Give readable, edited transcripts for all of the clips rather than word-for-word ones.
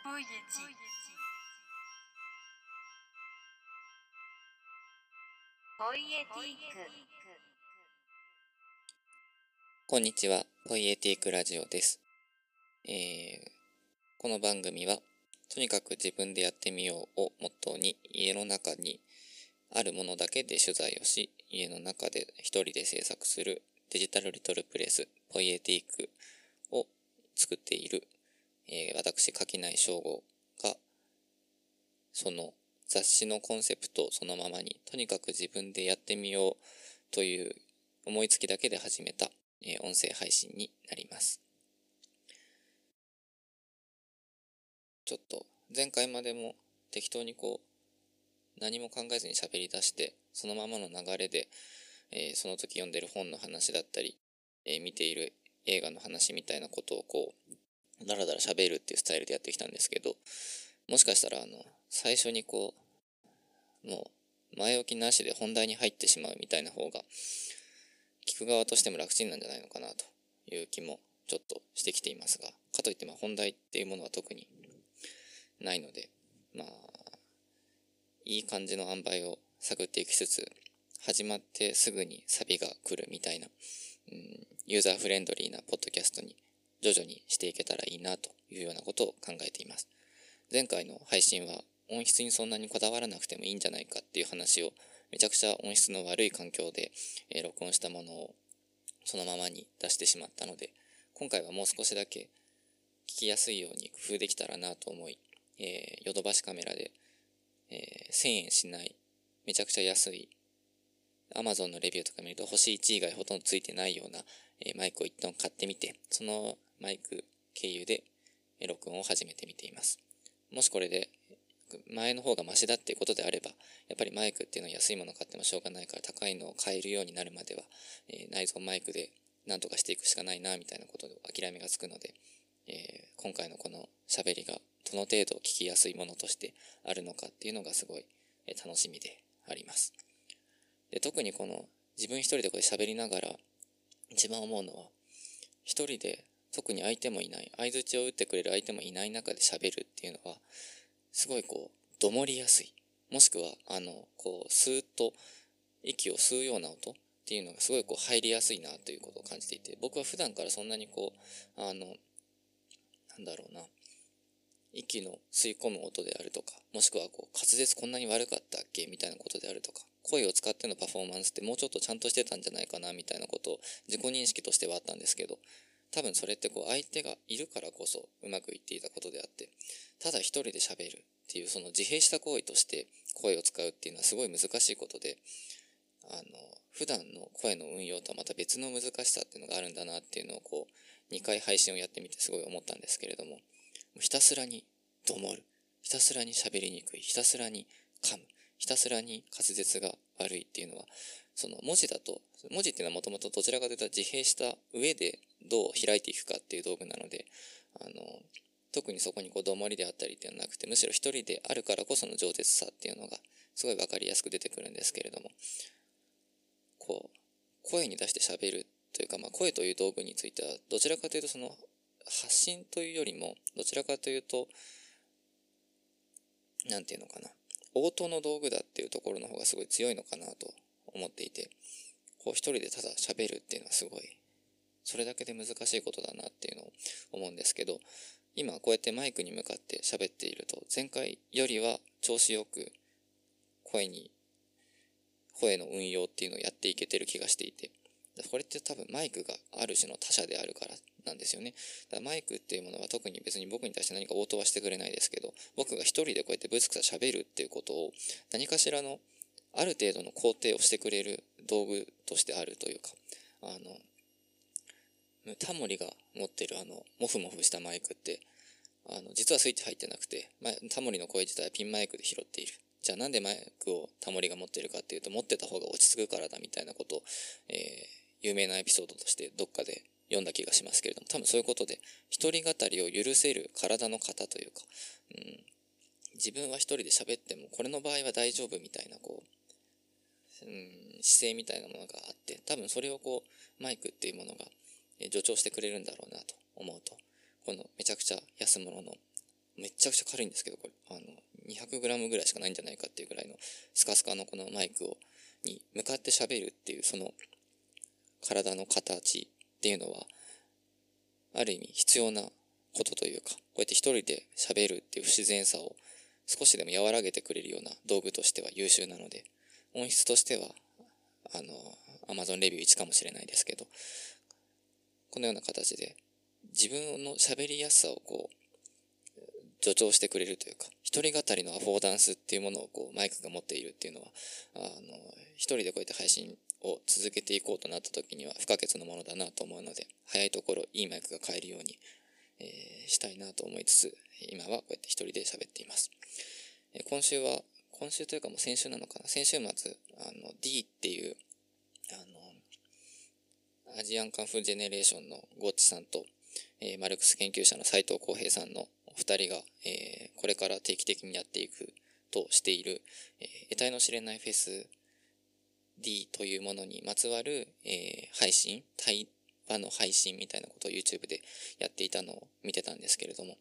ポイエティック。 こんにちは、ポイエティックラジオです。この番組は、とにかく自分でやってみようをモットーに、家の中にあるものだけで取材をし、家の中で一人で制作するデジタルリトルプレス、ポイエティックを作っている、私、垣内翔吾が、その雑誌のコンセプトをそのままに、とにかく自分でやってみようという思いつきだけで始めた、音声配信になります。ちょっと前回までも適当に何も考えずに喋り出して、そのままの流れで、その時読んでる本の話だったり、見ている映画の話みたいなことをだらだら喋るっていうスタイルでやってきたんですけど、もしかしたら最初にもう前置きなしで本題に入ってしまうみたいな方が聞く側としても楽ちんなんじゃないのかなという気もちょっとしてきていますが、かといって本題っていうものは特にないので、いい感じの塩梅を探っていきつつ、始まってすぐにサビが来るみたいな、ユーザーフレンドリーなポッドキャストに徐々にしていけたらいいなというようなことを考えています。前回の配信は音質にそんなにこだわらなくてもいいんじゃないかっていう話を、めちゃくちゃ音質の悪い環境で、録音したものをそのままに出してしまったので、今回はもう少しだけ聞きやすいように工夫できたらなと思い、ヨドバシカメラで、1000円しないめちゃくちゃ安い Amazon のレビューとか見ると星1以外ほとんどついてないような、マイクを一旦買ってみて、そのマイク経由で、録音を始めてみています。もしこれで前の方がマシだっていうことであれば、やっぱりマイクっていうのは安いもの買ってもしょうがないから高いのを買えるようになるまでは、内蔵マイクでなんとかしていくしかないなみたいなことで諦めがつくので、今回のこの喋りがどの程度聞きやすいものとしてあるのかっていうのがすごい楽しみであります。で、特に自分一人で喋りながら一番思うのは、一人で特に相手もいない、相槌を打ってくれる相手もいない中で喋るっていうのは、すごいどもりやすい。もしくは、スーッと息を吸うような音っていうのがすごい入りやすいなということを感じていて、僕は普段からそんなになんだろうな、息の吸い込む音であるとか、もしくは滑舌こんなに悪かったっけみたいなことであるとか、声を使ってのパフォーマンスってもうちょっとちゃんとしてたんじゃないかなみたいなことを自己認識としてはあったんですけど、多分それって相手がいるからこそうまくいっていたことであって、ただ一人で喋るっていうその自閉した行為として声を使うっていうのはすごい難しいことで、普段の声の運用とはまた別の難しさっていうのがあるんだなっていうのを2回配信をやってみてすごい思ったんですけれども、ひたすらにどもる、ひたすらに喋りにくい、ひたすらに噛む、ひたすらに滑舌が悪いっていうのは、その文字っていうのはもともとどちらかというと自閉した上でどう開いていくかっていう道具なので、特にそこにどもりであったりっていうのはなくて、むしろ一人であるからこその饒舌さっていうのがすごいわかりやすく出てくるんですけれども、声に出して喋るというか、声という道具についてはどちらかというとその発信というよりも、どちらかというとなんていうのかな、応答の道具だっていうところの方がすごい強いのかなと思っていて、一人でただ喋るっていうのはすごいそれだけで難しいことだなっていうのを思うんですけど、今こうやってマイクに向かって喋っていると、前回よりは調子よく声の運用っていうのをやっていけてる気がしていて、これって多分マイクがある種の他者であるからなんですよね。だからマイクっていうものは特に別に僕に対して何か応答はしてくれないですけど、僕が一人でこうやってブツブツ喋るっていうことを何かしらのある程度の肯定をしてくれる道具としてあるというか、タモリが持ってるモフモフしたマイクって実はスイッチ入ってなくて、タモリの声自体はピンマイクで拾っている。じゃあなんでマイクをタモリが持ってるかっていうと、持ってた方が落ち着くからだみたいなことを、有名なエピソードとしてどっかで読んだ気がしますけれども、多分そういうことで一人語りを許せる体の型というか、自分は一人で喋ってもこれの場合は大丈夫みたいな姿勢みたいなものがあって、多分それをマイクっていうものが助長してくれるんだろうなと思うと、このめちゃくちゃ安物のめっちゃくちゃ軽いんですけど、これ200g ぐらいしかないんじゃないかっていうぐらいのスカスカのこのマイクに向かって喋るっていう、その体の形っていうのはある意味必要なことというか、こうやって一人で喋るっていう不自然さを少しでも和らげてくれるような道具としては優秀なので、音質としてはAmazon レビュー1かもしれないですけど、このような形で自分の喋りやすさを助長してくれるというか、一人語りのアフォーダンスっていうものをマイクが持っているっていうのは、一人でこうやって配信を続けていこうとなった時には不可欠なものだなと思うので、早いところいいマイクが買えるように、したいなと思いつつ、今はこうやって一人で喋っています。今週というかもう先週なのかな、先週末D っていうアジアンカンフージェネレーションのゴッチさんと、マルクス研究者の斉藤浩平さんのお二人が、これから定期的にやっていくとしている、得体の知れないフェス D というものにまつわる、配信、対話の配信みたいなことを YouTube でやっていたのを見てたんですけれども、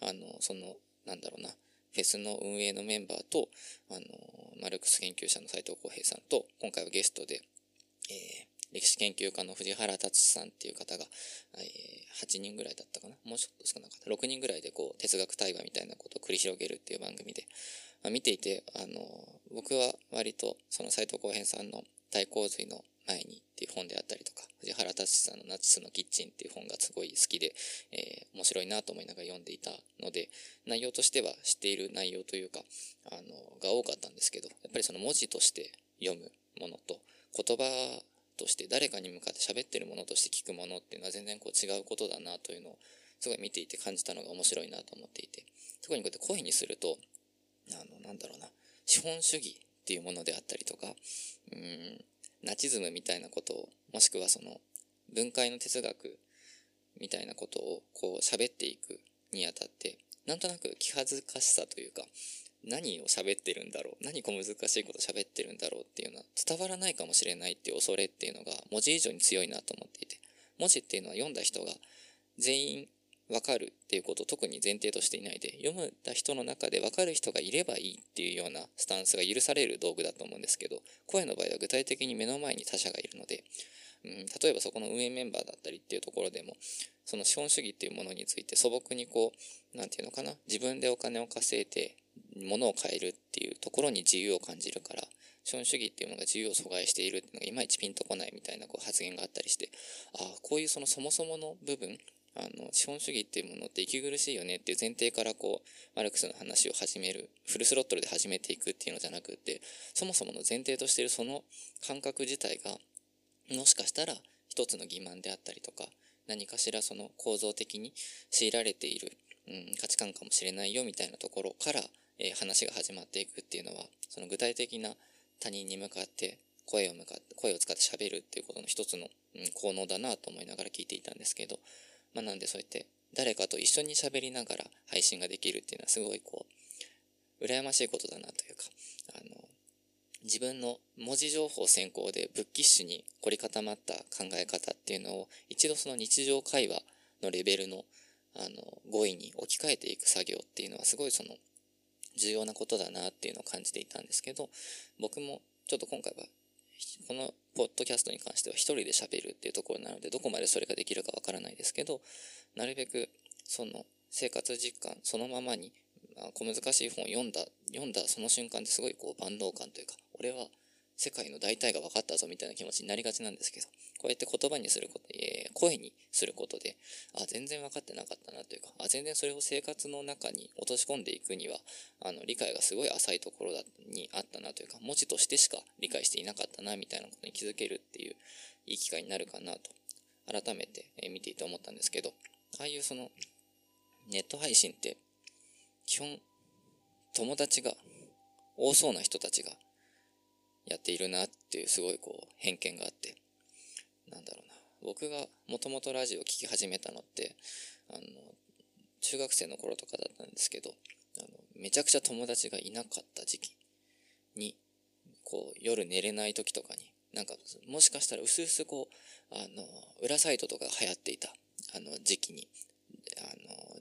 フェスの運営のメンバーと、マルクス研究者の斉藤浩平さんと、今回はゲストで、歴史研究家の藤原達さんっていう方が、8人ぐらいだったかな、もうちょっと少なかった、6人ぐらいで哲学対話みたいなことを繰り広げるっていう番組で、見ていて、僕は割とその斉藤浩平さんの大洪水の前にっていう本であったりとか、藤原達さんのナチスのキッチンっていう本がすごい好きで、面白いなと思いながら読んでいたので、内容としては知っている内容というか、が多かったんですけど、やっぱりその文字として読むものと、言葉として誰かに向かって喋ってるものとして聞くものっていうのは全然違うことだなというのをすごい見ていて感じたのが面白いなと思っていて、特にこうやって声にすると、資本主義っていうものであったりとか、ナチズムみたいなことを、もしくはその分解の哲学みたいなことを喋っていくにあたって、なんとなく気恥ずかしさというか、何を喋ってるんだろう、何難しいこと喋ってるんだろうっていうのは伝わらないかもしれないっていう恐れっていうのが文字以上に強いなと思っていて、文字っていうのは読んだ人が全員分かるっていうことを特に前提としていないで、読んだ人の中で分かる人がいればいいっていうようなスタンスが許される道具だと思うんですけど、声の場合は具体的に目の前に他者がいるので、例えばそこの運営メンバーだったりっていうところでも、その資本主義っていうものについて素朴に自分でお金を稼いで物を買えるっていうところに自由を感じるから、資本主義っていうものが自由を阻害しているっていうのがいまいちピンとこないみたいな発言があったりして、こういうそもそもの部分、資本主義っていうものって息苦しいよねっていう前提からマルクスの話を始める、フルスロットルで始めていくっていうのじゃなくって、そもそもの前提としているその感覚自体がもしかしたら一つの欺瞞であったりとか、何かしらその構造的に強いられている、価値観かもしれないよみたいなところから、話が始まっていくっていうのは、その具体的な他人に向かって声を使って喋るっていうことの一つの、効能だなと思いながら聞いていたんですけど、なんでそうやって誰かと一緒に喋りながら配信ができるっていうのはすごい羨ましいことだなというか、自分の文字情報先行でブッキッシュに凝り固まった考え方っていうのを一度その日常会話のレベルの語彙に置き換えていく作業っていうのはすごい重要なことだなっていうのを感じていたんですけど、僕もちょっと今回はこのポッドキャストに関しては一人で喋るっていうところなので、どこまでそれができるかわからないですけど、なるべくその生活実感そのままに、小難しい本を読んだその瞬間ですごい万能感というか、俺は世界の大体が分かったぞみたいな気持ちになりがちなんですけど、こうやって言葉にすること、声にすることで、全然分かってなかったなというか、全然それを生活の中に落とし込んでいくには理解がすごい浅いところにあったなというか、文字としてしか理解していなかったなみたいなことに気づけるっていういい機会になるかなと改めて見ていて思ったんですけど、ああいうそのネット配信って基本友達が多そうな人たちがやっているなっていうすごい偏見があって、僕がもともとラジオを聴き始めたのって中学生の頃とかだったんですけど、めちゃくちゃ友達がいなかった時期に夜寝れない時とかにもしかしたらうすうす裏サイトとかが流行っていた時期に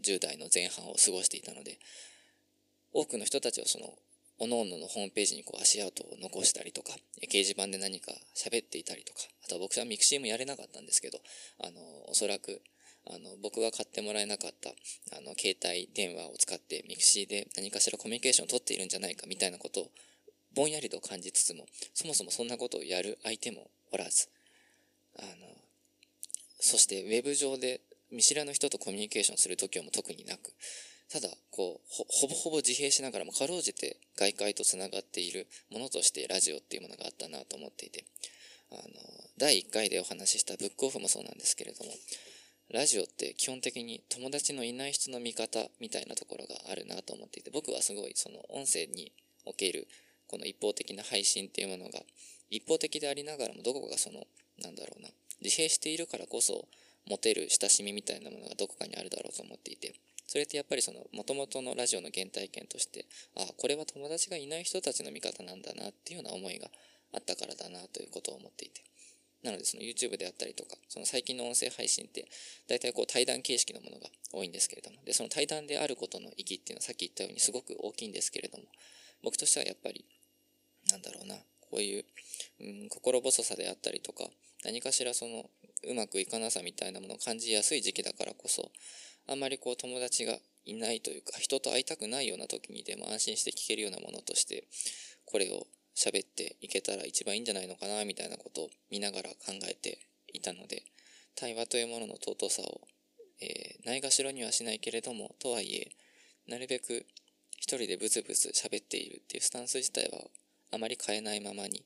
10代の前半を過ごしていたので、多くの人たちはその各々のホームページに足跡を残したりとか、掲示板で何か喋っていたりとか、あとは僕はミクシーもやれなかったんですけど、おそらく僕が買ってもらえなかった携帯電話を使ってミクシーで何かしらコミュニケーションを取っているんじゃないかみたいなことをぼんやりと感じつつも、そもそもそんなことをやる相手もおらず、そしてウェブ上で見知らぬ人とコミュニケーションする度胸も特になく、ただほぼほぼ自閉しながらもかろうじて外界とつながっているものとしてラジオっていうものがあったなと思っていて、第1回でお話ししたブックオフもそうなんですけれども、ラジオって基本的に友達のいない人の味方みたいなところがあるなと思っていて、僕はすごいその音声におけるこの一方的な配信っていうものが一方的でありながらも、どこかが自閉しているからこそ持てる親しみみたいなものがどこかにあるだろうと思っていて、それってやっぱりその元々のラジオの原体験として、これは友達がいない人たちの味方なんだなっていうような思いがあったからだなということを思っていて、なのでその YouTube であったりとか、その最近の音声配信って大体対談形式のものが多いんですけれども、でその対談であることの意義っていうのはさっき言ったようにすごく大きいんですけれども、僕としてはやっぱりこういう、心細さであったりとか、何かしらそのうまくいかなさみたいなものを感じやすい時期だからこそ、あんまり友達がいないというか、人と会いたくないような時にでも安心して聞けるようなものとしてこれを喋っていけたら一番いいんじゃないのかなみたいなことを見ながら考えていたので、対話というものの尊さを、ないがしろにはしないけれども、とはいえなるべく一人でブツブツ喋っているっていうスタンス自体はあまり変えないままに、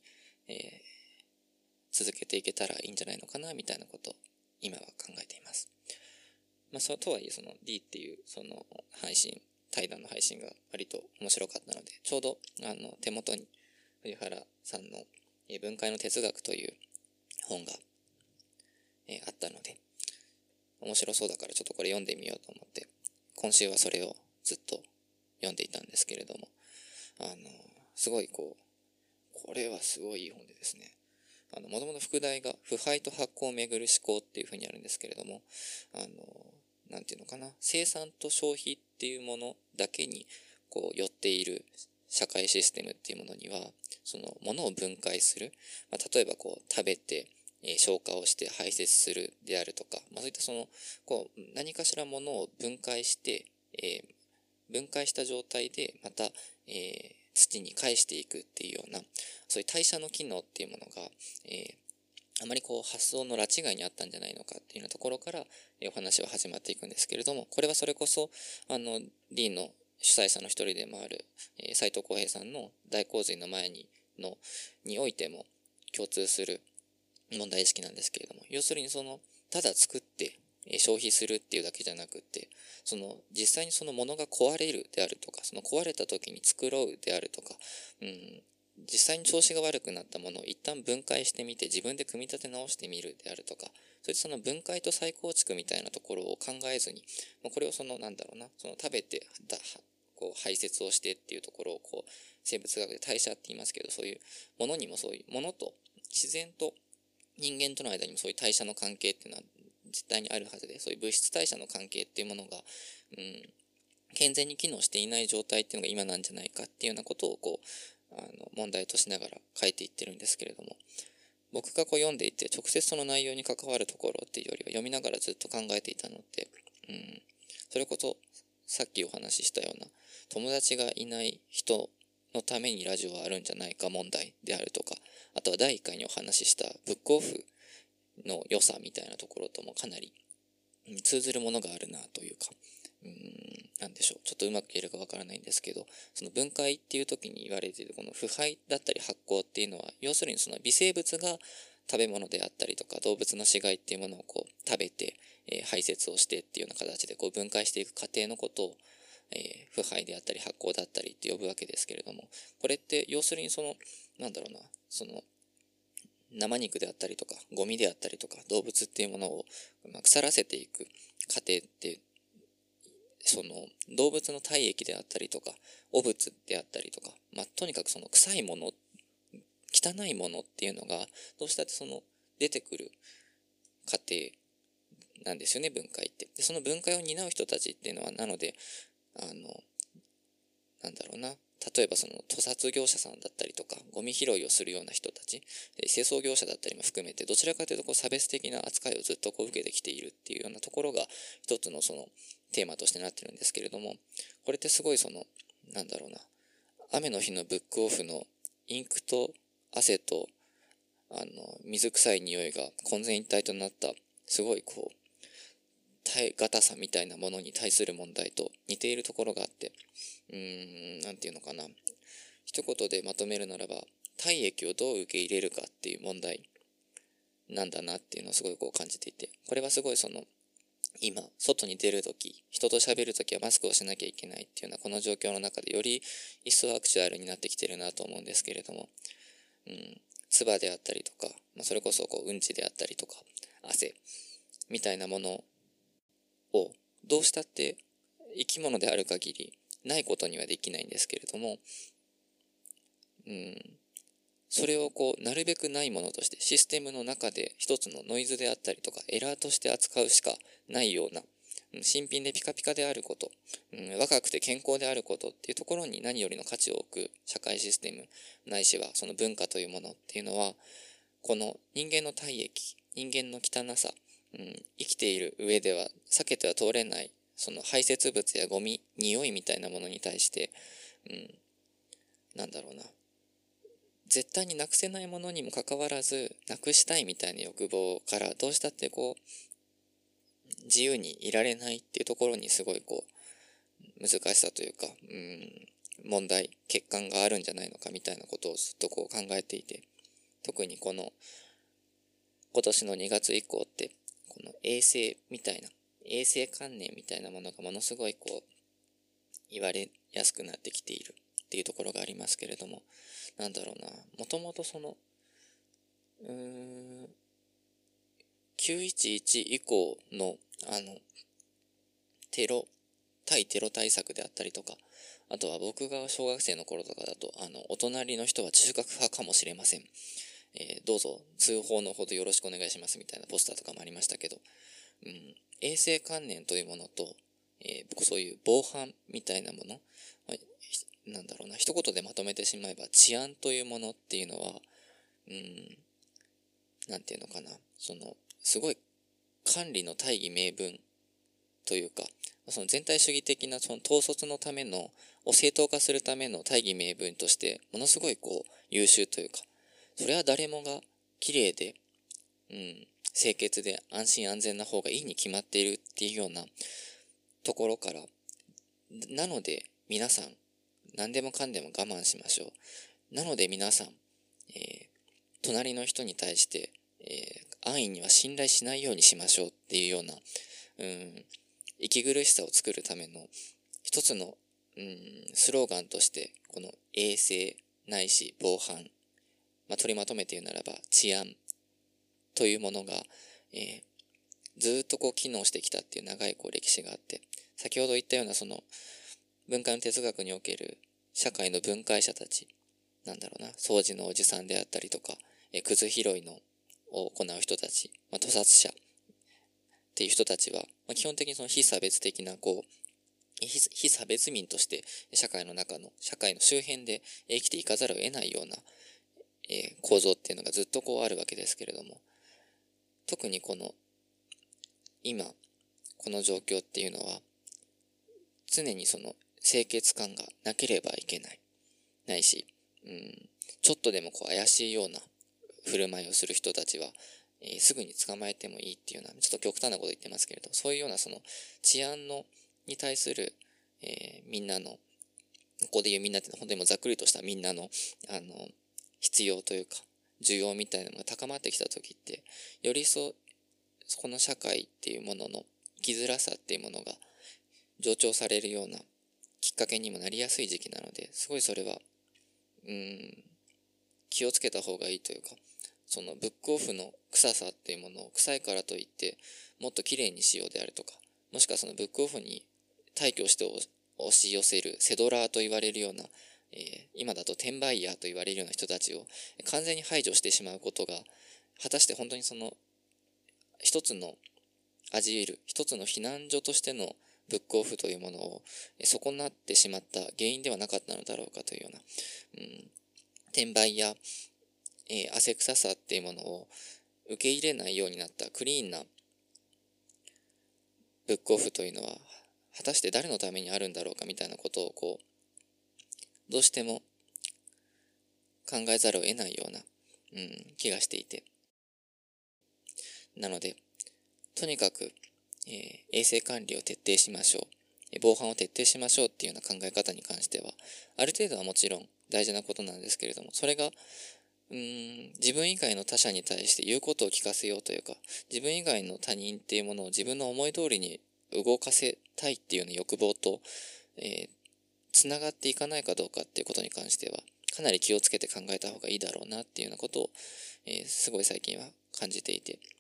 続けていけたらいいんじゃないのかなみたいなことを今は考えています。そうとはいえその D っていうその対談の配信が割と面白かったので、ちょうど手元に藤原さんの分解の哲学という本が、あったので、面白そうだからちょっとこれ読んでみようと思って、今週はそれをずっと読んでいたんですけれども、すごいこれはすごいいい本でですね、もともと副題が腐敗と発行をめぐる思考っていうふうにあるんですけれども、なんていうのかな、生産と消費っていうものだけに寄っている社会システムっていうものには、そのものを分解する、例えば食べて、消化をして排泄するであるとか、そういったその何かしらものを分解して、分解した状態でまた、土に返していくっていうような、そういう代謝の機能っていうものが、あまり発想の拉致外にあったんじゃないのかっていうようなところから、お話は始まっていくんですけれども、これはそれこそD の主催者の一人でもある斉藤浩平さんの大洪水の前においても共通する問題意識なんですけれども、要するにただ作って消費するっていうだけじゃなくって、実際にそのものが壊れるであるとか、その壊れた時に作ろうであるとか、実際に調子が悪くなったものを一旦分解してみて自分で組み立て直してみるであるとか、そういったその分解と再構築みたいなところを考えずに、これをその食べて排泄をしてっていうところを生物学で代謝って言いますけど、そういうものにもそういうものと自然と人間との間にもそういう代謝の関係っていうのは実態にあるはずで、そういう物質代謝の関係っていうものが、健全に機能していない状態っていうのが今なんじゃないかっていうようなことを問題としながら書いていってるんですけれども、僕が読んでいて直接その内容に関わるところっていうよりは読みながらずっと考えていたのって、それこそさっきお話ししたような友達がいない人のためにラジオはあるんじゃないか問題であるとか、あとは第1回にお話ししたブックオフの良さみたいなところともかなり通ずるものがあるなというか、なんでしょう、ちょっとうまく言えるかわからないんですけど、その分解っていう時に言われているこの腐敗だったり発酵っていうのは、要するにその微生物が食べ物であったりとか動物の死骸っていうものを食べて、排泄をしてっていうような形で分解していく過程のことを、腐敗であったり発酵だったりって呼ぶわけですけれども、これって要するにその生肉であったりとかゴミであったりとか動物っていうものを腐らせていく過程って、その動物の体液であったりとか汚物であったりとか、とにかくその臭いもの汚いものっていうのがどうしたって出てくる過程なんですよね、分解って。でその分解を担う人たちっていうのは、なのでなんだろうな、例えばその屠殺業者さんだったりとか、ゴミ拾いをするような人たち、清掃業者だったりも含めて、どちらかというとこう差別的な扱いをずっとこう受けてきているっていうようなところが一つのそのテーマとしてなってるんですけれども、これってすごいその、なんだろうな、雨の日のブックオフのインクと汗と水臭い匂いが混然一体となった、すごいこう耐え難さみたいなものに対する問題と似ているところがあって、なんていうのかな、一言でまとめるならば、体液をどう受け入れるかっていう問題なんだなっていうのをすごいこう感じていて、これはすごいその今外に出るとき、人と喋るときはマスクをしなきゃいけないっていうようなこの状況の中でより一層アクチュアルになってきてるなと思うんですけれども、唾であったりとか、それこそこううんちであったりとか汗みたいなものをどうしたって生き物である限りないことにはできないんですけれども、それをこうなるべくないものとしてシステムの中で一つのノイズであったりとかエラーとして扱うしかないような、新品でピカピカであること、若くて健康であることっていうところに何よりの価値を置く社会システムないしはその文化というものっていうのは、この人間の体液、人間の汚さ、生きている上では避けては通れないその排泄物やゴミ、匂いみたいなものに対して、なんだろうな、絶対になくせないものにもかかわらずなくしたいみたいな欲望からどうしたってこう自由にいられないっていうところにすごいこう難しさというか、問題欠陥があるんじゃないのかみたいなことをずっとこう考えていて、特にこの今年の2月以降ってこの衛生観念みたいなものがものすごいこう言われやすくなってきているっていうところがありますけれども、なんだろうな、もともとその911以降の対テロ対策であったりとか、あとは僕が小学生の頃とかだとお隣の人は中核派かもしれません、どうぞ通報のほどよろしくお願いしますみたいなポスターとかもありましたけど、衛生観念というものと、そういう防犯みたいなもの、なんだろうな、一言でまとめてしまえば治安というものっていうのは、なんていうのかな、そのすごい管理の大義名分というか、その全体主義的なその統率のためのを正当化するための大義名分としてものすごいこう優秀というか、それは誰もが綺麗で、清潔で安心安全な方がいいに決まっているっていうようなところから、なので皆さん何でもかんでも我慢しましょう。なので皆さん、隣の人に対して、安易には信頼しないようにしましょうっていうような、息苦しさを作るための一つの、スローガンとして、この衛生ないし防犯、取りまとめて言うならば治安というものが、ずっとこう機能してきたっていう長いこう歴史があって、先ほど言ったようなその文化の哲学における社会の分解者たち、なんだろうな、掃除のおじさんであったりとか、くず拾いのを行う人たち、屠殺者っていう人たちは、基本的にその非差別的なこう非差別民として社会の周辺で生きていかざるを得ないような、構造っていうのがずっとこうあるわけですけれども、特にこの今この状況っていうのは常にその清潔感がなければいけないし、ちょっとでもこう怪しいような振る舞いをする人たちは、すぐに捕まえてもいいっていうような、ちょっと極端なこと言ってますけれど、そういうようなその治安に対する、みんなの、ここで言うみんなって本当にもうざっくりとしたみんなの、必要というか需要みたいなのが高まってきた時って、よりこの社会っていうものの生きづらさっていうものが助長されるようなきっかけにもなりやすい時期なので、すごいそれは気をつけた方がいいというか、そのブックオフの臭さっていうものを臭いからといってもっときれいにしようであるとか、もしくはそのブックオフに大挙して押し寄せるセドラーと言われるような、今だと転売ヤーと言われるような人たちを完全に排除してしまうことが果たして本当にその一つの味得る一つの避難所としてのブックオフというものを損なってしまった原因ではなかったのだろうかというような、転売や、汗臭さっていうものを受け入れないようになったクリーンなブックオフというのは果たして誰のためにあるんだろうかみたいなことをどうしても考えざるを得ないような、気がしていて、なのでとにかく、衛生管理を徹底しましょう、防犯を徹底しましょうっていうような考え方に関してはある程度はもちろん大事なことなんですけれども、それが自分以外の他者に対して言うことを聞かせようというか、自分以外の他人っていうものを自分の思い通りに動かせたいっていうような欲望と、つながっていかないかどうかっていうことに関してはかなり気をつけて考えた方がいいだろうなっていうようなことを、すごい最近は感じていて、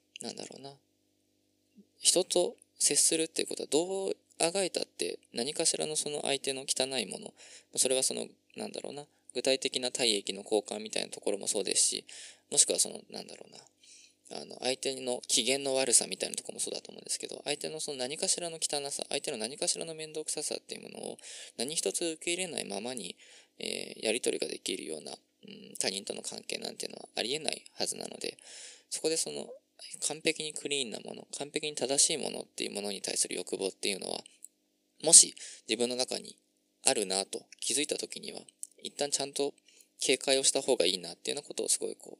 人と接するっていうことはどうあがいたって何かしらのその相手の汚いもの、それはその具体的な体液の交換みたいなところもそうですし、もしくは相手の機嫌の悪さみたいなところもそうだと思うんですけど、相手のその何かしらの汚さ、相手の何かしらの面倒くささっていうものを何一つ受け入れないままに、やり取りができるような、他人との関係なんていうのはありえないはずなので、そこでその完璧にクリーンなもの、完璧に正しいものっていうものに対する欲望っていうのは、もし自分の中にあるなと気づいた時には、一旦ちゃんと警戒をした方がいいなっていうようなことをすごい考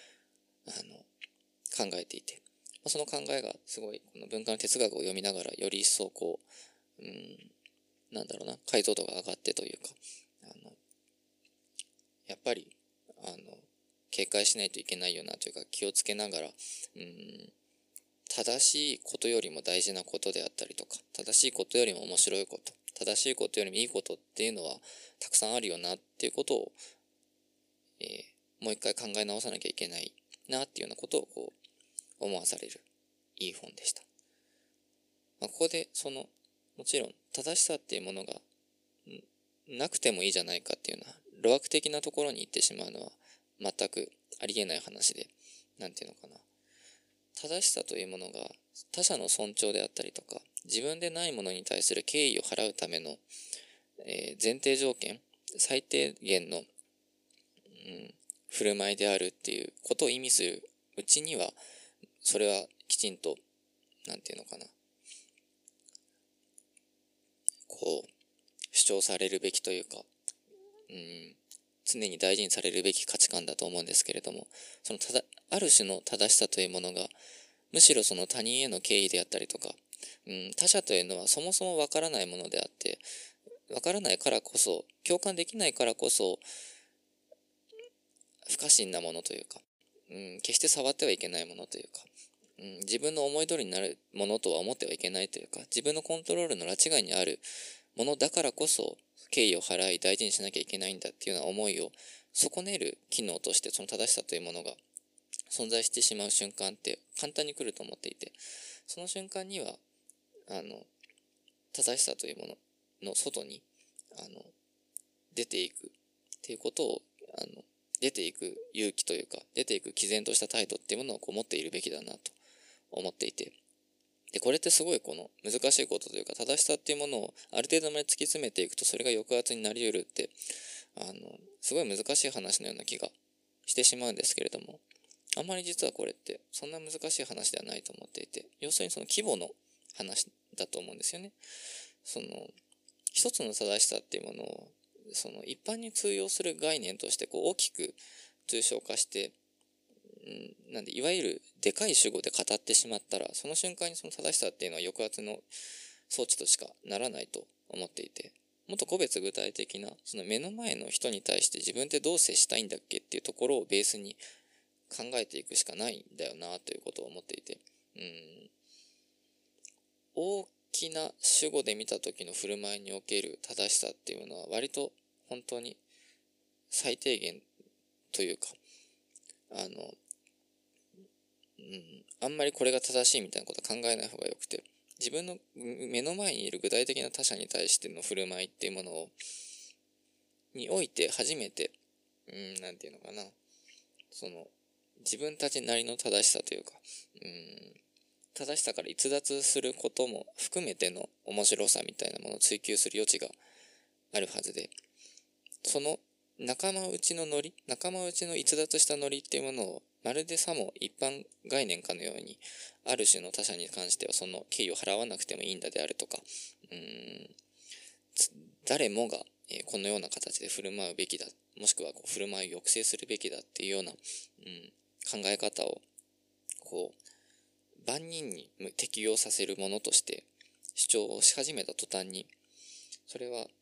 えていて、その考えがすごいこの文化の哲学を読みながらより一層解像度が上がってというか、やっぱり警戒しないといけないよなというか、気をつけながら、正しいことよりも大事なことであったりとか、正しいことよりも面白いこと、正しいことよりもいいことっていうのはたくさんあるよなっていうことを、もう一回考え直さなきゃいけないなっていうようなことを思わされるいい本でした。ここでもちろん正しさっていうものがなくてもいいじゃないかっていうような路悪的なところに行ってしまうのは全くありえない話で、正しさというものが他者の尊重であったりとか、自分でないものに対する敬意を払うための、前提条件、最低限の、振る舞いであるっていうことを意味するうちには、それはきちんと主張されるべきというか、常に大事にされるべき価値観だと思うんですけれども、ある種の正しさというものが、むしろその他人への敬意であったりとか、他者というのはそもそもわからないものであって、わからないからこそ、共感できないからこそ、不可侵なものというか、決して触ってはいけないものというか、自分の思い通りになるものとは思ってはいけないというか、自分のコントロールの拉致外にあるものだからこそ敬意を払い大事にしなきゃいけないんだっていうような思いを損ねる機能として、その正しさというものが存在してしまう瞬間って簡単に来ると思っていて、その瞬間には正しさというものの外に出ていくっていうことを出ていく勇気というか、出ていく毅然とした態度っていうものを持っているべきだなと思っていて、でこれってすごい難しいことというか、正しさっていうものをある程度まで突き詰めていくとそれが抑圧になり得るってすごい難しい話のような気がしてしまうんですけれども、あんまり実はこれってそんな難しい話ではないと思っていて、要するにその規模の話だと思うんですよね。一つの正しさっていうものを一般に通用する概念として大きく抽象化して、いわゆるでかい主語で語ってしまったら、その瞬間にその正しさっていうのは抑圧の装置としかならないと思っていて、もっと個別具体的なその目の前の人に対して自分ってどう接したいんだっけっていうところをベースに考えていくしかないんだよなということを思っていて、大きな主語で見た時の振る舞いにおける正しさっていうのは割と本当に最低限というか、あんまりこれが正しいみたいなことは考えない方がよくて、自分の目の前にいる具体的な他者に対しての振る舞いっていうものにおいて初めて自分たちなりの正しさというか、 正しさから逸脱することも含めての面白さみたいなものを追求する余地があるはずで、その仲間内の逸脱したノリっていうものをまるでさも一般概念かのように、ある種の他者に関してはその敬意を払わなくてもいいんだであるとか、誰もがこのような形で振る舞うべきだ、もしくは振る舞いを抑制するべきだっていうような、考え方を万人に適用させるものとして主張をし始めた途端に、それは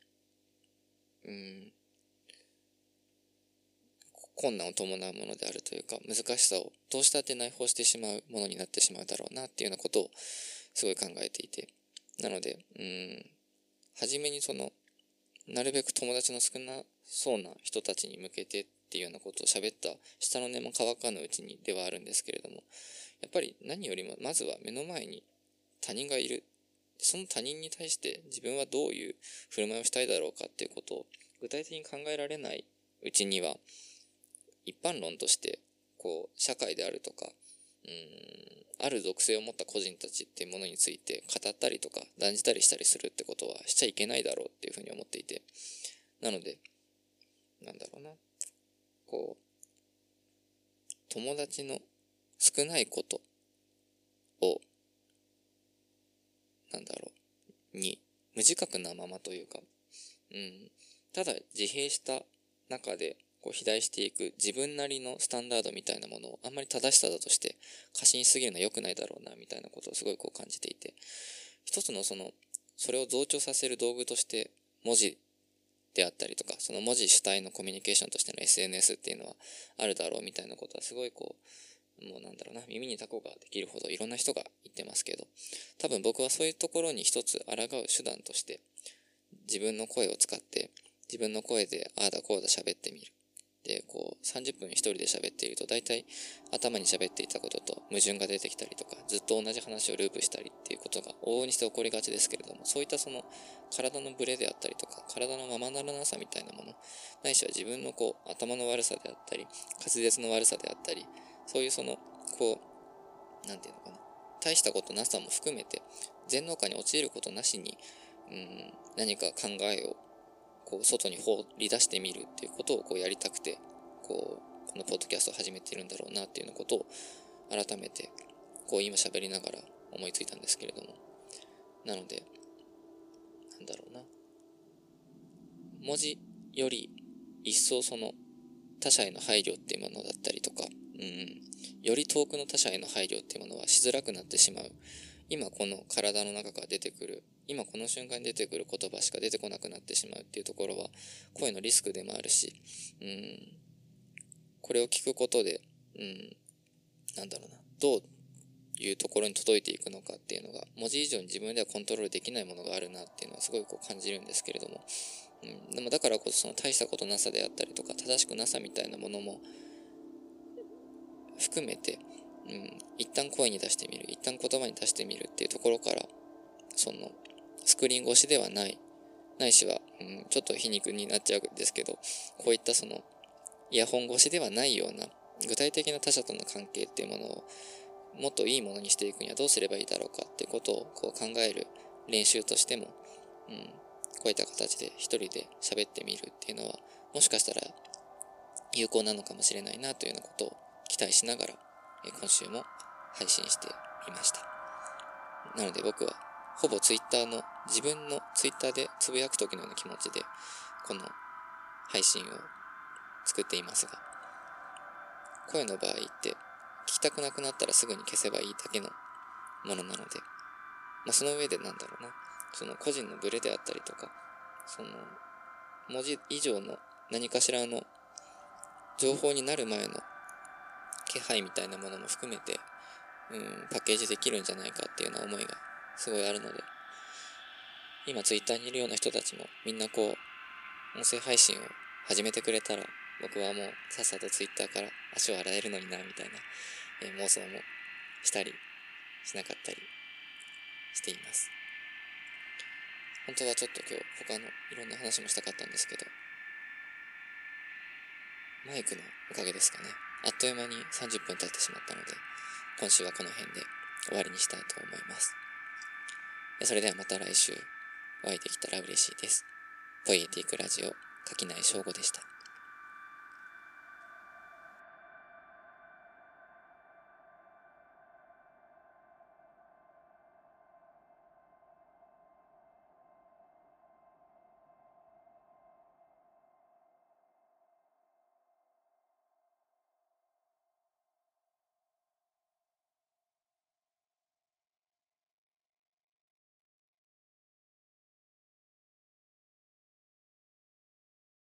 困難を伴うものであるというか、難しさをどうしたって内包してしまうものになってしまうだろうなっていうようなことをすごい考えていて、なので初めになるべく友達の少なそうな人たちに向けてっていうようなことを喋った下の根も乾かぬうちにではあるんですけれども、やっぱり何よりもまずは目の前に他人がいる、その他人に対して自分はどういう振る舞いをしたいだろうかっていうことを具体的に考えられないうちには、一般論として社会であるとかある属性を持った個人たちっていうものについて語ったりとか断じたりしたりするってことはしちゃいけないだろうっていうふうに思っていて、なので友達の少ないことをに無自覚なままというか、ただ自閉した中で肥大していく自分なりのスタンダードみたいなものをあんまり正しさだとして過信しすぎるのは良くないだろうなみたいなことをすごい感じていて、一つのそれを増長させる道具として文字であったりとか、その文字主体のコミュニケーションとしての SNS っていうのはあるだろうみたいなことはすごい耳にタコができるほどいろんな人が言ってますけど、多分僕はそういうところに一つ抗う手段として自分の声を使って自分の声でああだこうだ喋ってみる。で30分一人で喋っていると大体頭に喋っていたことと矛盾が出てきたりとか、ずっと同じ話をループしたりっていうことが往々にして起こりがちですけれども、そういった体のブレであったりとか体のままならなさみたいなもの、ないしは自分の頭の悪さであったり滑舌の悪さであったり、そういう大したことなさも含めて全能下に陥ることなしに何か考えを外に放り出してみるっていうことをやりたくてこのポッドキャストを始めているんだろうなっていうようなことを改めて今喋りながら思いついたんですけれども、なので文字より一層他者への配慮っていうものだったりとか、より遠くの他者への配慮っていうものはしづらくなってしまう。今この体の中から出てくる、今この瞬間に出てくる言葉しか出てこなくなってしまうっていうところは声のリスクでもあるし、これを聞くことでどういうところに届いていくのかっていうのが文字以上に自分ではコントロールできないものがあるなっていうのはすごい感じるんですけれども、でもだからこそ大したことなさであったりとか正しくなさみたいなものも含めて、一旦声に出してみる、一旦言葉に出してみるっていうところから、スクリーン越しではないしは、ちょっと皮肉になっちゃうんですけど、こういったイヤホン越しではないような具体的な他者との関係っていうものをもっといいものにしていくにはどうすればいいだろうかっていうことを考える練習としても、こういった形で一人で喋ってみるっていうのはもしかしたら有効なのかもしれないなというようなことを期待しながら今週も配信していました。なので僕はほぼ自分のツイッターでつぶやく時のような気持ちでこの配信を作っていますが、声の場合って聞きたくなくなったらすぐに消せばいいだけのものなので、その上で個人のブレであったりとか、文字以上の何かしらの情報になる前の気配みたいなものも含めてパッケージできるんじゃないかっていうような思いがすごいあるので、今ツイッターにいるような人たちもみんな音声配信を始めてくれたら、僕はもうさっさとツイッターから足を洗えるのになみたいな、妄想もしたりしなかったりしています。本当はちょっと今日他のいろんな話もしたかったんですけど、マイクのおかげですかね、あっという間に30分経ってしまったので、今週はこの辺で終わりにしたいと思います。それではまた来週お会いできたら嬉しいです。ポイエティックラジオ、垣内翔吾でした。